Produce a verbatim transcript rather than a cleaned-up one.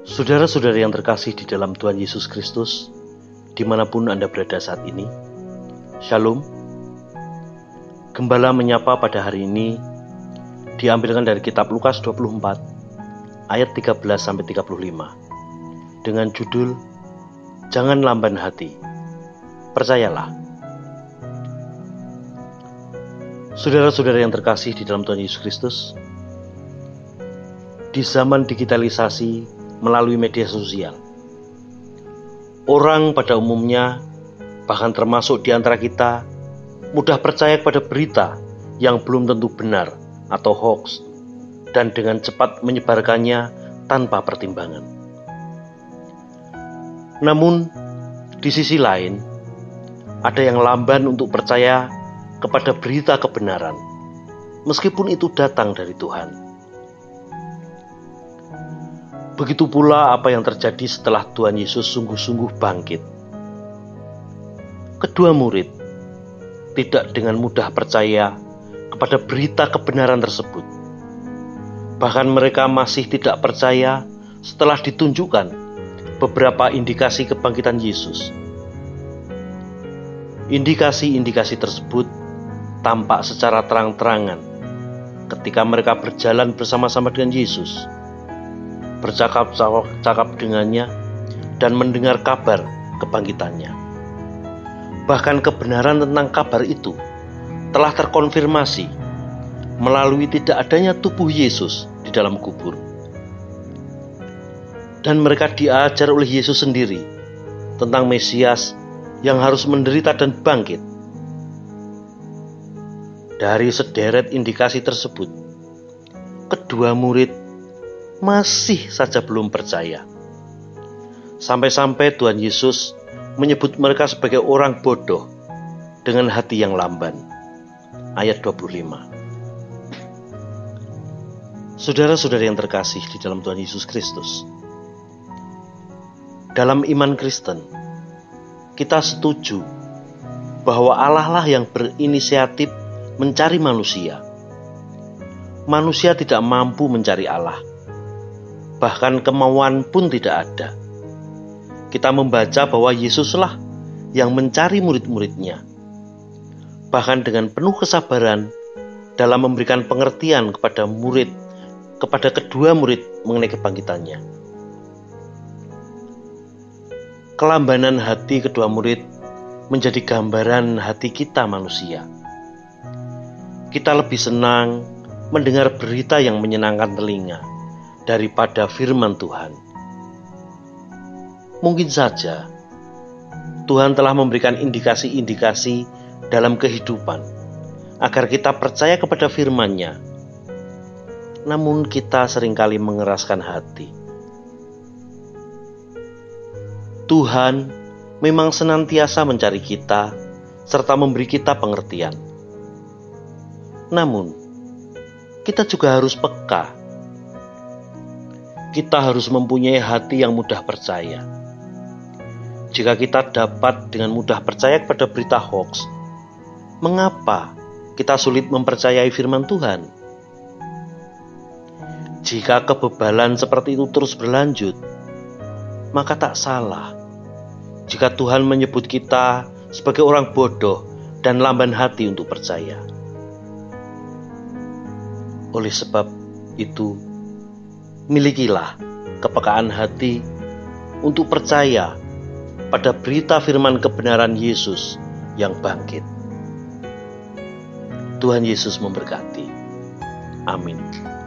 Saudara-saudari yang terkasih di dalam Tuhan Yesus Kristus, dimanapun Anda berada saat ini, Shalom. Gembala menyapa pada hari ini diambilkan dari kitab Lukas dua puluh empat ayat tiga belas sampai tiga puluh lima dengan judul Jangan Lamban Hati, Percayalah. Saudara-saudara yang terkasih di dalam Tuhan Yesus Kristus, di zaman digitalisasi melalui media sosial, orang pada umumnya, bahkan termasuk di antara kita, mudah percaya kepada berita yang belum tentu benar atau hoax, dan dengan cepat menyebarkannya tanpa pertimbangan. Namun, di sisi lain, ada yang lamban untuk percaya kepada berita kebenaran, meskipun itu datang dari Tuhan. Begitu pula apa yang terjadi setelah Tuhan Yesus sungguh-sungguh bangkit. Kedua murid tidak dengan mudah percaya kepada berita kebenaran tersebut. Bahkan mereka masih tidak percaya setelah ditunjukkan beberapa indikasi kebangkitan Yesus. Indikasi-indikasi tersebut tampak secara terang-terangan ketika mereka berjalan bersama-sama dengan Yesus, bercakap-cakap dengannya, dan mendengar kabar kebangkitannya. Bahkan kebenaran tentang kabar itu telah terkonfirmasi melalui tidak adanya tubuh Yesus di dalam kubur. Dan mereka diajar oleh Yesus sendiri tentang Mesias yang harus menderita dan bangkit. Dari sederet indikasi tersebut, kedua murid masih saja belum percaya. Sampai-sampai Tuhan Yesus menyebut mereka sebagai orang bodoh dengan hati yang lamban. Ayat dua puluh lima. Saudara-saudari yang terkasih di dalam Tuhan Yesus Kristus, dalam iman Kristen, kita setuju bahwa Allah lah yang berinisiatif mencari manusia. Manusia tidak mampu mencari Allah, bahkan kemauan pun tidak ada. Kita membaca bahwa Yesuslah yang mencari murid-muridnya, bahkan dengan penuh kesabaran dalam memberikan pengertian kepada murid, kepada kedua murid mengenai kebangkitannya. Kelambanan hati kedua murid menjadi gambaran hati kita manusia. Kita lebih senang mendengar berita yang menyenangkan telinga daripada firman Tuhan. Mungkin saja Tuhan telah memberikan indikasi-indikasi dalam kehidupan agar kita percaya kepada firman-Nya. Namun kita seringkali mengeraskan hati. Tuhan memang senantiasa mencari kita serta memberi kita pengertian. Namun, kita juga harus peka. Kita harus mempunyai hati yang mudah percaya. Jika kita dapat dengan mudah percaya kepada berita hoax, mengapa kita sulit mempercayai firman Tuhan? Jika kebebalan seperti itu terus berlanjut, maka tak salah jika Tuhan menyebut kita sebagai orang bodoh dan lamban hati untuk percaya. Oleh sebab itu, milikilah kepekaan hati untuk percaya pada berita firman kebenaran Yesus yang bangkit. Tuhan Yesus memberkati. Amin.